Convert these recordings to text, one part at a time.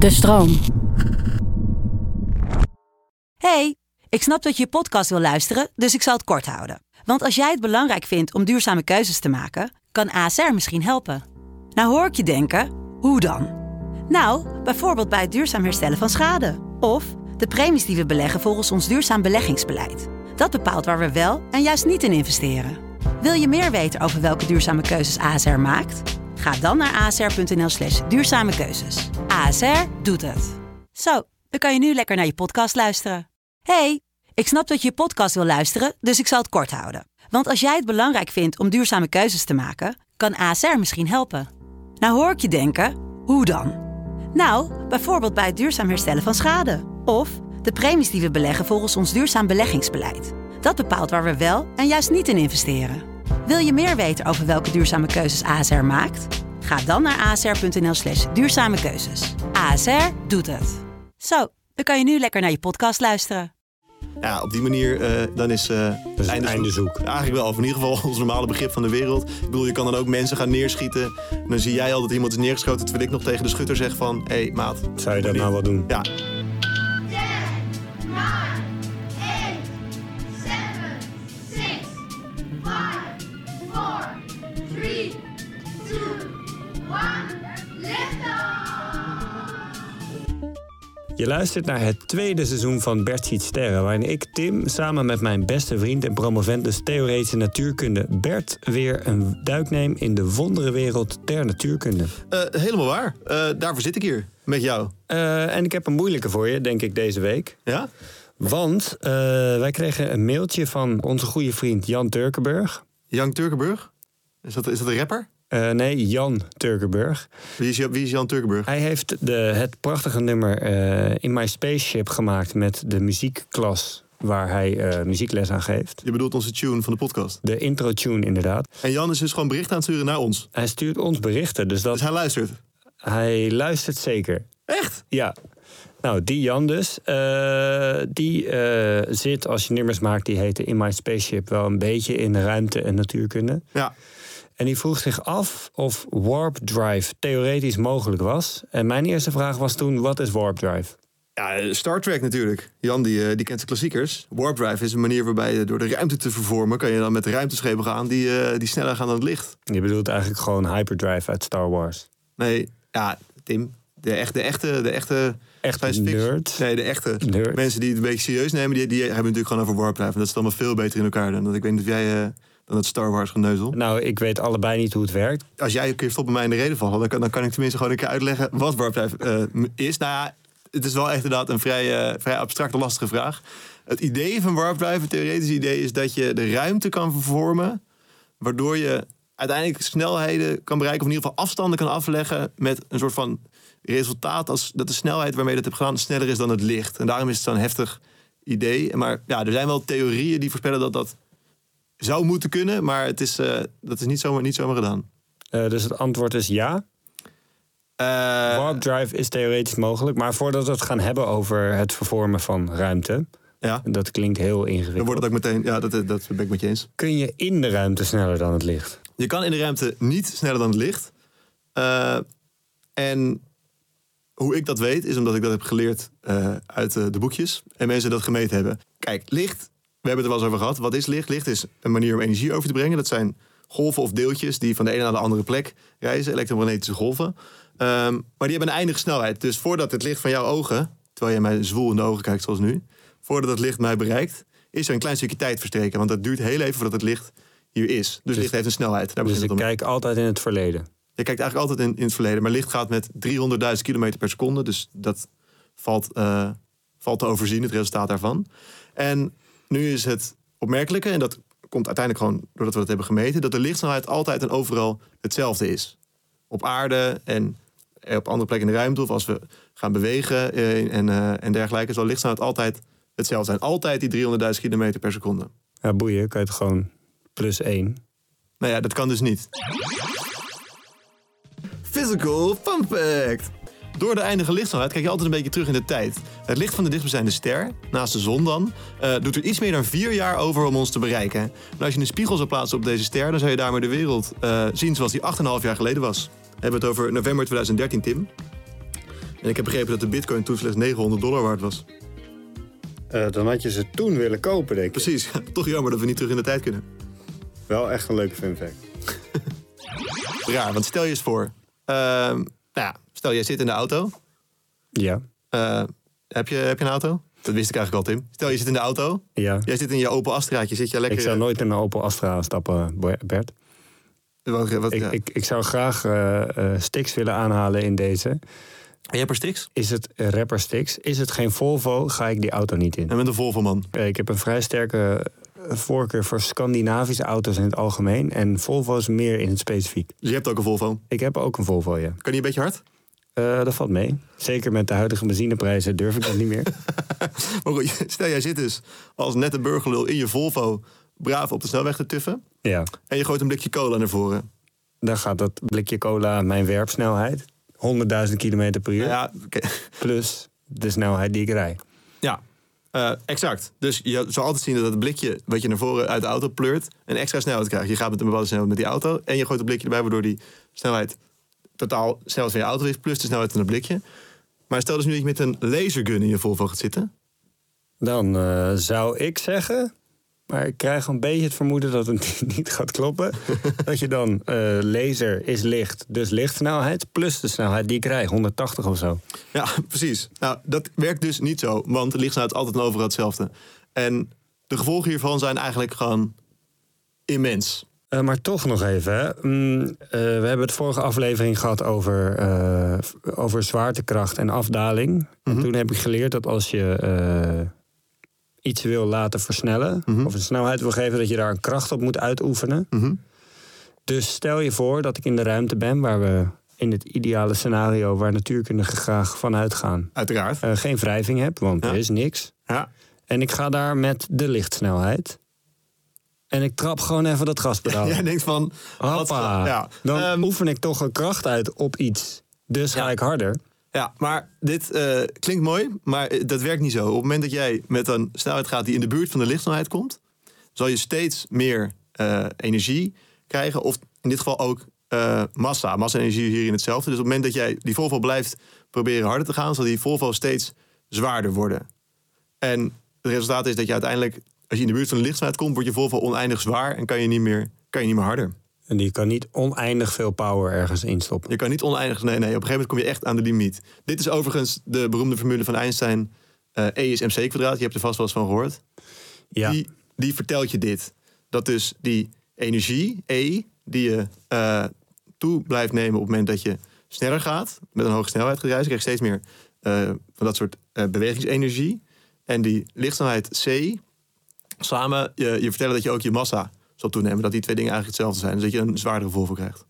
De stroom. Hey, ik snap dat je je podcast wil luisteren, dus ik zal het kort houden. Want als jij het belangrijk vindt om duurzame keuzes te maken, kan ASR misschien helpen. Nou hoor ik je denken, hoe dan? Nou, bijvoorbeeld bij het duurzaam herstellen van schade. Of de premies die we beleggen volgens ons duurzaam beleggingsbeleid. Dat bepaalt waar we wel en juist niet in investeren. Wil je meer weten over welke duurzame keuzes ASR maakt? Ga dan naar asr.nl/duurzame keuzes. ASR doet het. Zo, dan kan je nu lekker naar je podcast luisteren. Hey, ik snap dat je je podcast wil luisteren, dus ik zal het kort houden. Want als jij het belangrijk vindt om duurzame keuzes te maken, kan ASR misschien helpen. Nou hoor ik je denken, hoe dan? Nou, bijvoorbeeld bij het duurzaam herstellen van schade. Of de premies die we beleggen volgens ons duurzaam beleggingsbeleid. Dat bepaalt waar we wel en juist niet in investeren. Wil je meer weten over welke duurzame keuzes ASR maakt? Ga dan naar asr.nl/duurzame keuzes. ASR doet het. Zo, dan kan je nu lekker naar je podcast luisteren. Ja, op die manier dan is einde zoek. Eigenlijk wel, of in ieder geval ons normale begrip van de wereld. Ik bedoel, je kan dan ook mensen gaan neerschieten. En dan zie jij al dat iemand is neergeschoten, terwijl ik nog tegen de schutter zeg van, hé, maat. Zou je dat nou wel doen? Ja. 10, 9, 8, 7, 6, 5, 4, 3, 2, 1, lift off! Je luistert naar het tweede seizoen van Bert ziet sterren, waarin ik, Tim, samen met mijn beste vriend en promovendus theoretische natuurkunde Bert weer een duik neem in de wonderenwereld der natuurkunde. Helemaal waar. Daarvoor zit ik hier, met jou. En ik heb een moeilijke voor je, denk ik, deze week. Ja? Want wij kregen een mailtje van onze goede vriend Jan Turkenburg. Jan Turkenburg? Is dat een rapper? Nee, Jan Turkenburg. Wie is Jan Turkenburg? Hij heeft het prachtige nummer In My Spaceship gemaakt met de muziekklas waar hij muziekles aan geeft. Je bedoelt onze tune van de podcast? De intro-tune, inderdaad. En Jan is dus gewoon berichten aan het sturen naar ons? Hij stuurt ons berichten, dus hij luistert? Hij luistert zeker. Echt? Ja. Nou, die Jan dus, die zit, als je nummers maakt die heten In My Spaceship, wel een beetje in ruimte en natuurkunde. Ja. En die vroeg zich af of warp drive theoretisch mogelijk was. En mijn eerste vraag was toen, wat is warp drive? Ja, Star Trek natuurlijk. Jan die kent de klassiekers. Warp drive is een manier waarbij je door de ruimte te vervormen kan je dan met ruimteschepen gaan die sneller gaan dan het licht. Je bedoelt eigenlijk gewoon hyperdrive uit Star Wars. Nee, ja, Tim. De echte nerd. Nee, de echte nerd. Mensen die het een beetje serieus nemen, die hebben natuurlijk gewoon over warp drive. En dat is allemaal veel beter in elkaar dan dat ik weet niet of jij dan het Star Wars geneuzel. Nou, ik weet allebei niet hoe het werkt. Als jij een keer stopt bij mij in de reden vallen, dan kan ik tenminste gewoon een keer uitleggen wat warp drive is. Nou ja, het is wel echt inderdaad een vrij abstracte, lastige vraag. Het idee van warp drive, het theoretische idee, is dat je de ruimte kan vervormen, waardoor je uiteindelijk snelheden kan bereiken, of in ieder geval afstanden kan afleggen met een soort van resultaat als dat de snelheid waarmee je dat hebt gedaan sneller is dan het licht. En daarom is het zo'n heftig idee. Maar ja, er zijn wel theorieën die voorspellen dat dat zou moeten kunnen, maar dat is niet zomaar gedaan. Dus het antwoord is ja? Warp drive is theoretisch mogelijk, maar voordat we het gaan hebben over het vervormen van ruimte, ja. Dat klinkt heel ingewikkeld. Dan wordt het ook meteen, ja, dat ben ik met je eens. Kun je in de ruimte sneller dan het licht? Je kan in de ruimte niet sneller dan het licht. En hoe ik dat weet, is omdat ik dat heb geleerd uit de boekjes en mensen dat gemeten hebben. Kijk, licht, we hebben het er wel eens over gehad. Wat is licht? Licht is een manier om energie over te brengen. Dat zijn golven of deeltjes die van de ene naar de andere plek reizen, elektromagnetische golven. Maar die hebben een eindige snelheid. Dus voordat het licht van jouw ogen, terwijl jij mij zwoel in de ogen kijkt zoals nu, voordat het licht mij bereikt, is er een klein stukje tijd verstreken. Want dat duurt heel even voordat het licht hier is. Dus licht heeft een snelheid. Daar dus ik kijk altijd in het verleden. Je kijkt eigenlijk altijd in het verleden. Maar licht gaat met 300.000 kilometer per seconde. Dus dat valt te overzien, het resultaat daarvan. En nu is het opmerkelijke, en dat komt uiteindelijk gewoon doordat we dat hebben gemeten, dat de lichtsnelheid altijd en overal hetzelfde is. Op aarde en op andere plekken in de ruimte, of als we gaan bewegen en dergelijke, zal lichtsnelheid altijd hetzelfde zijn. Altijd die 300.000 kilometer per seconde. Ja, boeien, kan je het gewoon +1. Nou ja, dat kan dus niet. Physical fun fact. Door de eindige lichtsnelheid kijk je altijd een beetje terug in de tijd. Het licht van de dichtstbijzijnde ster, naast de zon dan, doet er iets meer dan 4 jaar over om ons te bereiken. En als je een spiegel zou plaatsen op deze ster, dan zou je daarmee de wereld zien zoals die 8,5 jaar geleden was. We hebben het over november 2013, Tim. En ik heb begrepen dat de bitcoin toen slechts $900 waard was. Dan had je ze toen willen kopen, denk ik. Precies, toch jammer dat we niet terug in de tijd kunnen. Wel echt een leuke fun fact. Raar, want stel je eens voor. Stel jij zit in de auto. Ja. Heb je een auto? Dat wist ik eigenlijk al, Tim. Stel je zit in de auto. Ja. Jij zit in je Opel Astraatje. Zit je lekker... Ik zou nooit in een Opel Astra stappen, Bert. Ik zou graag Stix willen aanhalen in deze. En je hebt er Stix? Is het rapper Stix? Is het geen Volvo, ga ik die auto niet in. En met een Volvo, man. Ik heb een vrij sterke voorkeur voor Scandinavische auto's in het algemeen. En Volvo's meer in het specifiek. Dus je hebt ook een Volvo? Ik heb ook een Volvo, ja. Kan die een beetje hard? Dat valt mee. Zeker met de huidige benzineprijzen durf ik dat niet meer. Maar goed, stel jij zit dus als nette burgerlul in je Volvo braaf op de snelweg te tuffen. Ja. En je gooit een blikje cola naar voren. Dan gaat dat blikje cola mijn werpsnelheid. 100.000 km per uur. Ja, okay. Plus de snelheid die ik rij. Ja, exact. Dus je zal altijd zien dat het blikje wat je naar voren uit de auto pleurt een extra snelheid krijgt. Je gaat met een bepaalde snelheid met die auto en je gooit een blikje erbij waardoor die snelheid totaal snelheid van je auto is plus de snelheid van het blikje. Maar stel dus nu dat je met een lasergun in je Volvo gaat zitten. Dan zou ik zeggen, maar ik krijg een beetje het vermoeden dat het niet gaat kloppen. Dat je dan laser is licht, dus lichtsnelheid plus de snelheid die ik rij, 180 of zo. Ja, precies. Nou, dat werkt dus niet zo, want de lichtsnelheid is altijd en overal hetzelfde. En de gevolgen hiervan zijn eigenlijk gewoon immens. Maar toch nog even. Hè. We hebben het vorige aflevering gehad over zwaartekracht en afdaling. En toen heb ik geleerd dat als je iets wil laten versnellen... of een snelheid wil geven, dat je daar een kracht op moet uitoefenen. Dus stel je voor dat ik in de ruimte ben... waar we in het ideale scenario... waar natuurkundigen graag van uitgaan... Uiteraard. Geen wrijving heb, want er is niks. Ja. En ik ga daar met de lichtsnelheid... En ik trap gewoon even dat gaspedaal. Jij denkt van... Hoppa. Ja. Dan oefen ik toch een kracht uit op iets. Dus ga ik harder. Ja, maar dit klinkt mooi, maar dat werkt niet zo. Op het moment dat jij met een snelheid gaat die in de buurt van de lichtsnelheid komt... zal je steeds meer energie krijgen. Of in dit geval ook massa. Massa en energie is hierin hetzelfde. Dus op het moment dat jij die Volvo blijft proberen harder te gaan... zal die Volvo steeds zwaarder worden. En het resultaat is dat je uiteindelijk... als je in de buurt van de lichtsnelheid komt... wordt je Volvo oneindig zwaar en kan je niet meer harder. En die kan niet oneindig veel power ergens instoppen. Je kan niet oneindig... Nee, op een gegeven moment kom je echt aan de limiet. Dit is overigens de beroemde formule van Einstein. E is mc kwadraat. Je hebt er vast wel eens van gehoord. Ja. Die vertelt je dit. Dat dus die energie, E, die je toe blijft nemen... op het moment dat je sneller gaat... met een hoge snelheid gaat reizen... krijg je steeds meer van dat soort bewegingsenergie. En die lichtsnelheid C... samen je vertellen dat je ook je massa zal toenemen. Dat die twee dingen eigenlijk hetzelfde zijn. Dus dat je een zwaardere Volvo krijgt.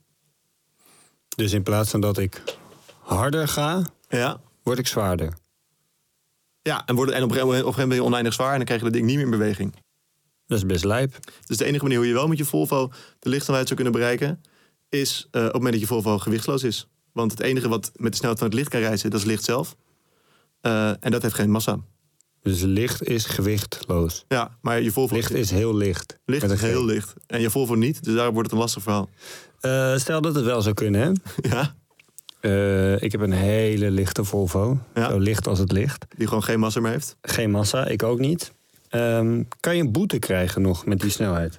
Dus in plaats van dat ik harder ga, word ik zwaarder. Ja, en op een gegeven moment ben je oneindig zwaar... en dan krijg je dat ding niet meer in beweging. Dat is best lijp. Dus de enige manier hoe je wel met je Volvo de lichtsnelheid zou kunnen bereiken... is op het moment dat je Volvo gewichtsloos is. Want het enige wat met de snelheid van het licht kan reizen... dat is licht zelf. En dat heeft geen massa. Dus licht is gewichtloos. Ja, maar je Volvo... Licht is heel licht. Licht is heel licht. En je Volvo niet, dus daar wordt het een lastig verhaal. Stel dat het wel zou kunnen, hè? Ja. Ik heb een hele lichte Volvo. Ja. Zo licht als het licht. Die gewoon geen massa meer heeft. Geen massa, ik ook niet. Kan je een boete krijgen nog met die snelheid?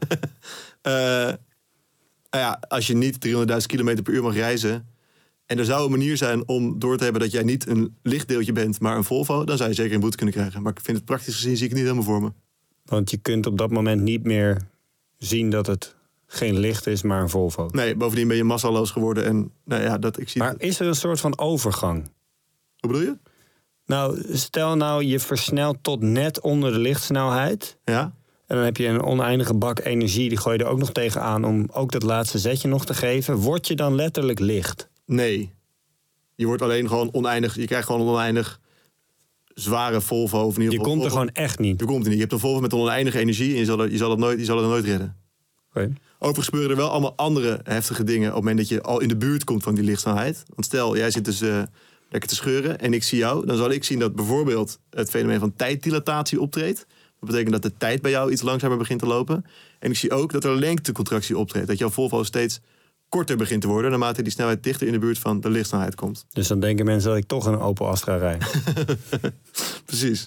Als je niet 300.000 km per uur mag reizen... en er zou een manier zijn om door te hebben dat jij niet een lichtdeeltje bent... maar een Volvo, dan zou je zeker een boete kunnen krijgen. Maar ik vind het praktisch gezien zie ik het niet helemaal voor me. Want je kunt op dat moment niet meer zien dat het geen licht is, maar een Volvo. Nee, bovendien ben je massaloos geworden. En, ik zie maar is er een soort van overgang? Hoe bedoel je? Nou, stel nou je versnelt tot net onder de lichtsnelheid... Ja. En dan heb je een oneindige bak energie, die gooi je er ook nog tegenaan... om ook dat laatste zetje nog te geven. Word je dan letterlijk licht? Nee. Je wordt alleen gewoon oneindig... Je krijgt gewoon een oneindig zware Volvo. Of in ieder geval, je komt er gewoon echt niet. Je komt er niet. Je hebt een Volvo met een oneindige energie... en je zal het nooit redden. Okay. Overigens gebeuren er wel allemaal andere heftige dingen... op het moment dat je al in de buurt komt van die lichtsnelheid. Want stel, jij zit dus lekker te scheuren en ik zie jou... dan zal ik zien dat bijvoorbeeld het fenomeen van tijddilatatie optreedt. Dat betekent dat de tijd bij jou iets langzamer begint te lopen. En ik zie ook dat er lengtecontractie optreedt. Dat jouw Volvo steeds korter begint te worden naarmate die snelheid dichter in de buurt van de lichtsnelheid komt. Dus dan denken mensen dat ik toch een Opel Astra rijd. Precies.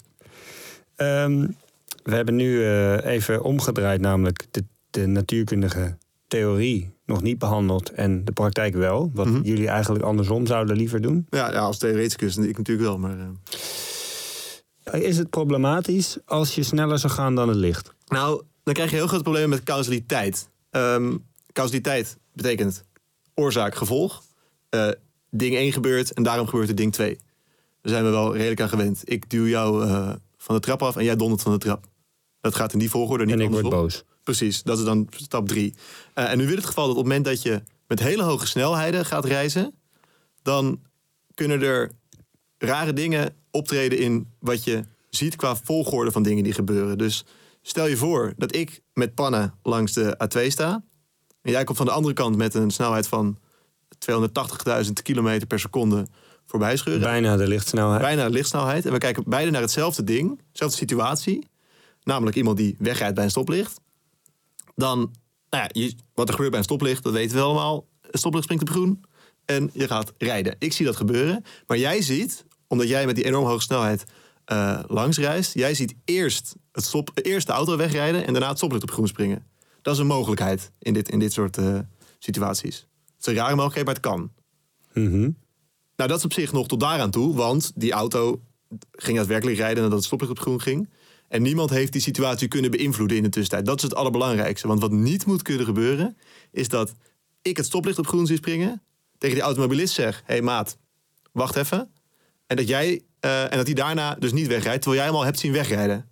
We hebben nu even omgedraaid, namelijk de natuurkundige theorie nog niet behandeld en de praktijk wel. Wat jullie eigenlijk andersom zouden liever doen. Ja, als theoreticus ik natuurlijk wel, maar... Is het problematisch als je sneller zou gaan dan het licht? Nou, dan krijg je heel groot probleem met causaliteit. Causaliteit betekent oorzaak-gevolg. Ding 1 gebeurt en daarom gebeurt er ding 2. Daar zijn we wel redelijk aan gewend. Ik duw jou van de trap af en jij dondert van de trap. Dat gaat in die volgorde, niet en ik andersom. word boos. Precies, dat is dan stap 3. En nu wil het geval dat op het moment dat je met hele hoge snelheden gaat reizen, dan kunnen er rare dingen optreden in wat je ziet qua volgorde van dingen die gebeuren. Dus stel je voor dat ik met pannen langs de A2 sta en jij komt van de andere kant met een snelheid van 280.000 kilometer per seconde voorbij scheuren. Bijna de lichtsnelheid. Bijna de lichtsnelheid. En we kijken beide naar hetzelfde ding, dezelfde situatie. Namelijk iemand die wegrijdt bij een stoplicht. Dan, wat er gebeurt bij een stoplicht, dat weten we allemaal. Een stoplicht springt op groen en je gaat rijden. Ik zie dat gebeuren. Maar jij ziet, omdat jij met die enorm hoge snelheid langs reist, jij ziet eerst de auto wegrijden en daarna het stoplicht op groen springen. Dat is een mogelijkheid in dit soort situaties. Het is een rare mogelijkheid, maar het kan. Mm-hmm. Nou, dat is op zich nog tot daaraan toe, want die auto ging daadwerkelijk rijden nadat het stoplicht op groen ging. En niemand heeft die situatie kunnen beïnvloeden in de tussentijd. Dat is het allerbelangrijkste. Want wat niet moet kunnen gebeuren, is dat ik het stoplicht op groen zie springen, tegen die automobilist zeg, hé maat, wacht even. En dat jij en dat hij daarna dus niet wegrijdt, terwijl jij hem al hebt zien wegrijden.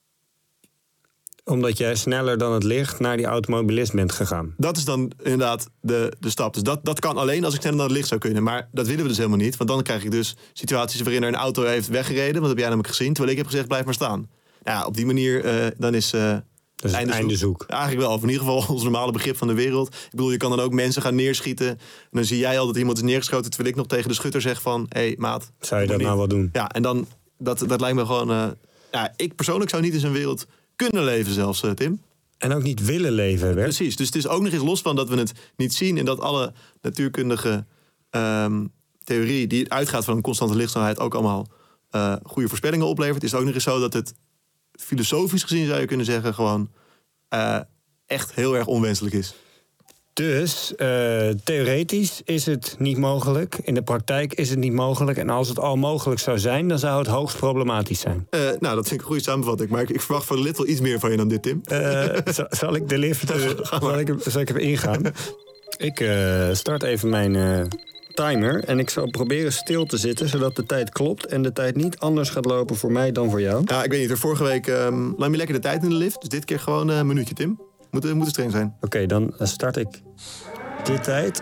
Omdat jij sneller dan het licht naar die automobilist bent gegaan. Dat is dan inderdaad de stap. Dus dat kan alleen als ik sneller dan het licht zou kunnen. Maar dat willen we dus helemaal niet. Want dan krijg ik dus situaties waarin er een auto heeft weggereden. Want dat heb jij namelijk gezien. Terwijl ik heb gezegd, blijf maar staan. Nou ja, op die manier dan is Dus einde zoek. Eigenlijk wel. Of in ieder geval ons normale begrip van de wereld. Ik bedoel, je kan dan ook mensen gaan neerschieten. En dan zie jij al dat iemand is neergeschoten, terwijl ik nog tegen de schutter zeg van, hé maat. Zou je dat nou wel doen? Ja, en dan, dat lijkt me gewoon... ik persoonlijk zou niet in zo'n wereld kunnen leven zelfs, Tim. En ook niet willen leven, Bert. Precies, dus het is ook nog eens los van dat we het niet zien en dat alle natuurkundige theorie die uitgaat van een constante lichtsnelheid ook allemaal goede voorspellingen oplevert. Is het ook nog eens zo dat het filosofisch gezien, zou je kunnen zeggen, gewoon echt heel erg onwenselijk is. Dus theoretisch is het niet mogelijk. In de praktijk is het niet mogelijk. En als het al mogelijk zou zijn, dan zou het hoogst problematisch zijn. Nou, dat vind ik een goede samenvatting. Maar ik verwacht van de Little iets meer van je dan dit, Tim. Zal ik de lift zal ik even ingaan? Ik start even mijn timer. En ik zal proberen stil te zitten, zodat de tijd klopt. En de tijd niet anders gaat lopen voor mij dan voor jou. Ja, ik weet niet. Vorige week nam je lekker de tijd in de lift. Dus dit keer gewoon een minuutje, Tim. Moet streng zijn. Oké, dan start ik de tijd.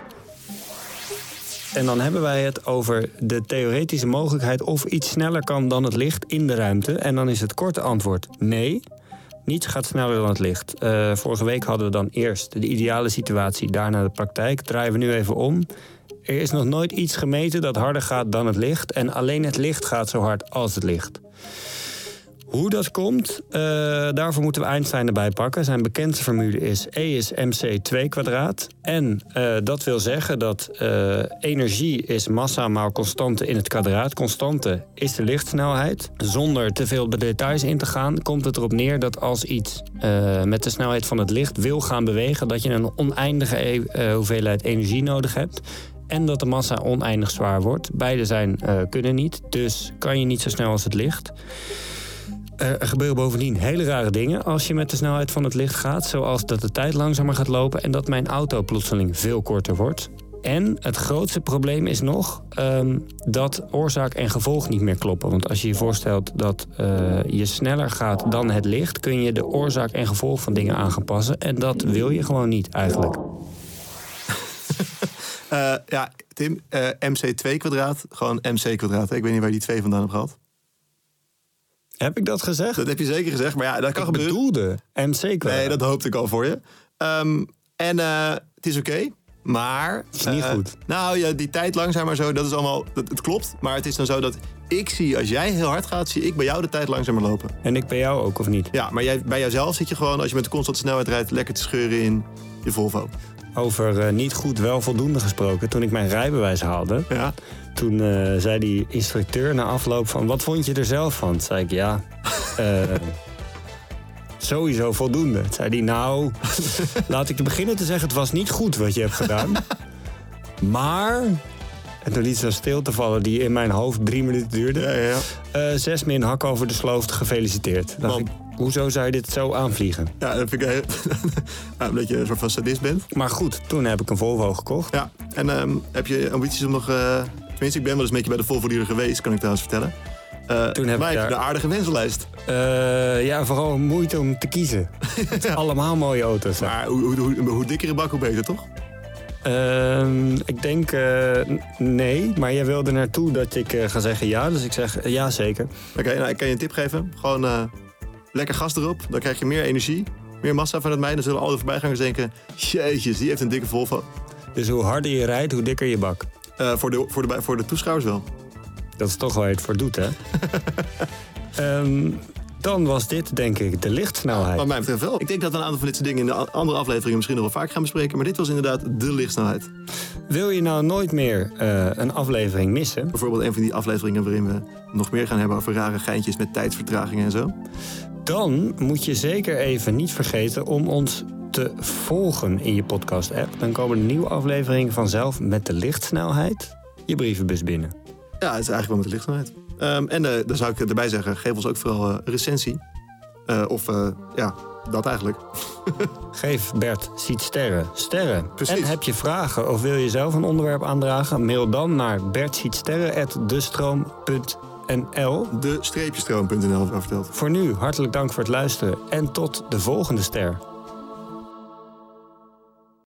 En dan hebben wij het over de theoretische mogelijkheid of iets sneller kan dan het licht in de ruimte. En dan is het korte antwoord nee. Niets gaat sneller dan het licht. Vorige week hadden we dan eerst de ideale situatie, daarna de praktijk. Draaien we nu even om. Er is nog nooit iets gemeten dat harder gaat dan het licht. En alleen het licht gaat zo hard als het licht. Hoe dat komt, daarvoor moeten we Einstein erbij pakken. Zijn bekendste formule is E is mc² En dat wil zeggen dat energie is massa maal constante in het kwadraat. Constante is de lichtsnelheid. Zonder te veel details in te gaan, komt het erop neer dat als iets met de snelheid van het licht wil gaan bewegen, dat je een oneindige hoeveelheid energie nodig hebt. En dat de massa oneindig zwaar wordt. Beide kunnen niet, dus kan je niet zo snel als het licht. Er gebeuren bovendien hele rare dingen als je met de snelheid van het licht gaat. Zoals dat de tijd langzamer gaat lopen en dat mijn auto plotseling veel korter wordt. En het grootste probleem is nog dat oorzaak en gevolg niet meer kloppen. Want als je je voorstelt dat je sneller gaat dan het licht, kun je de oorzaak en gevolg van dingen aan gaan passen. En dat wil je gewoon niet eigenlijk. Ja, Tim, mc² gewoon mc². Ik weet niet waar je die 2 vandaan hebt gehad. Heb ik dat gezegd? Dat heb je zeker gezegd, maar ja, dat kan gebeuren. Ik bedoelde mc². Nee, dat hoopte ik al voor je. Het is oké, maar... Het is niet goed. Nou ja, die tijd langzamer zo, dat is allemaal... Het klopt, maar het is dan zo dat ik zie, als jij heel hard gaat, zie ik bij jou de tijd langzamer lopen. En ik bij jou ook, of niet? Ja, maar bij jouzelf zit je gewoon, als je met de constante snelheid rijdt, lekker te scheuren in je Volvo. Over niet goed, wel voldoende gesproken. Toen ik mijn rijbewijs haalde, Ja. toen zei die instructeur na afloop van... Wat vond je er zelf van? Toen zei ik, ja, sowieso voldoende. Toen zei hij, nou, laat ik te beginnen te zeggen... het was niet goed wat je hebt gedaan. Maar... En toen liet zo'n stilte vallen die in mijn hoofd 3 minuten duurde. Ja. 6 min hak over de sloot, gefeliciteerd. Dacht ik, hoezo zou je dit zo aanvliegen? Ja, dat vind ik omdat je een soort van sadist bent. Maar goed, toen heb ik een Volvo gekocht. Ja, en heb je ambities om nog... tenminste, ik ben wel eens een beetje bij de Volvo dealer geweest, kan ik trouwens vertellen. Toen heb maar ik heb je daar... de aardige wensenlijst. Ja, vooral moeite om te kiezen. Het zijn allemaal mooie auto's. Maar hoe dikkere bak, hoe beter, toch? Ik denk nee, maar jij wilde naartoe dat ik ga zeggen ja. Dus ik zeg ja, zeker. Oké, nou, ik kan je een tip geven. Gewoon lekker gas erop. Dan krijg je meer energie, meer massa vanuit mij. Dan zullen al de voorbijgangers denken... Jeetjes, die heeft een dikke Volvo. Dus hoe harder je rijdt, hoe dikker je bak. Voor de toeschouwers wel. Dat is toch waar je het voor doet, hè? Dan was dit, denk ik, de lichtsnelheid. Wat mij betreft wel. Ik denk dat we een aantal van dit soort dingen in de andere afleveringen misschien nog wel vaak gaan bespreken. Maar dit was inderdaad de lichtsnelheid. Wil je nou nooit meer een aflevering missen? Bijvoorbeeld een van die afleveringen waarin we nog meer gaan hebben over rare geintjes met tijdsvertragingen en zo. Dan moet je zeker even niet vergeten om ons te volgen in je podcast-app. Dan komen de nieuwe afleveringen vanzelf met de lichtsnelheid je brievenbus binnen. Ja, het is eigenlijk wel met de lichtsnelheid. En dan zou ik erbij zeggen, geef ons ook vooral een recensie. Ja, dat eigenlijk. Geef Bert Ziet sterren. Precies. En heb je vragen of wil je zelf een onderwerp aandragen? Mail dan naar bertzietssterren@destroom.nl. De-stroom.nl verteld. Voor nu, hartelijk dank voor het luisteren en tot de volgende ster.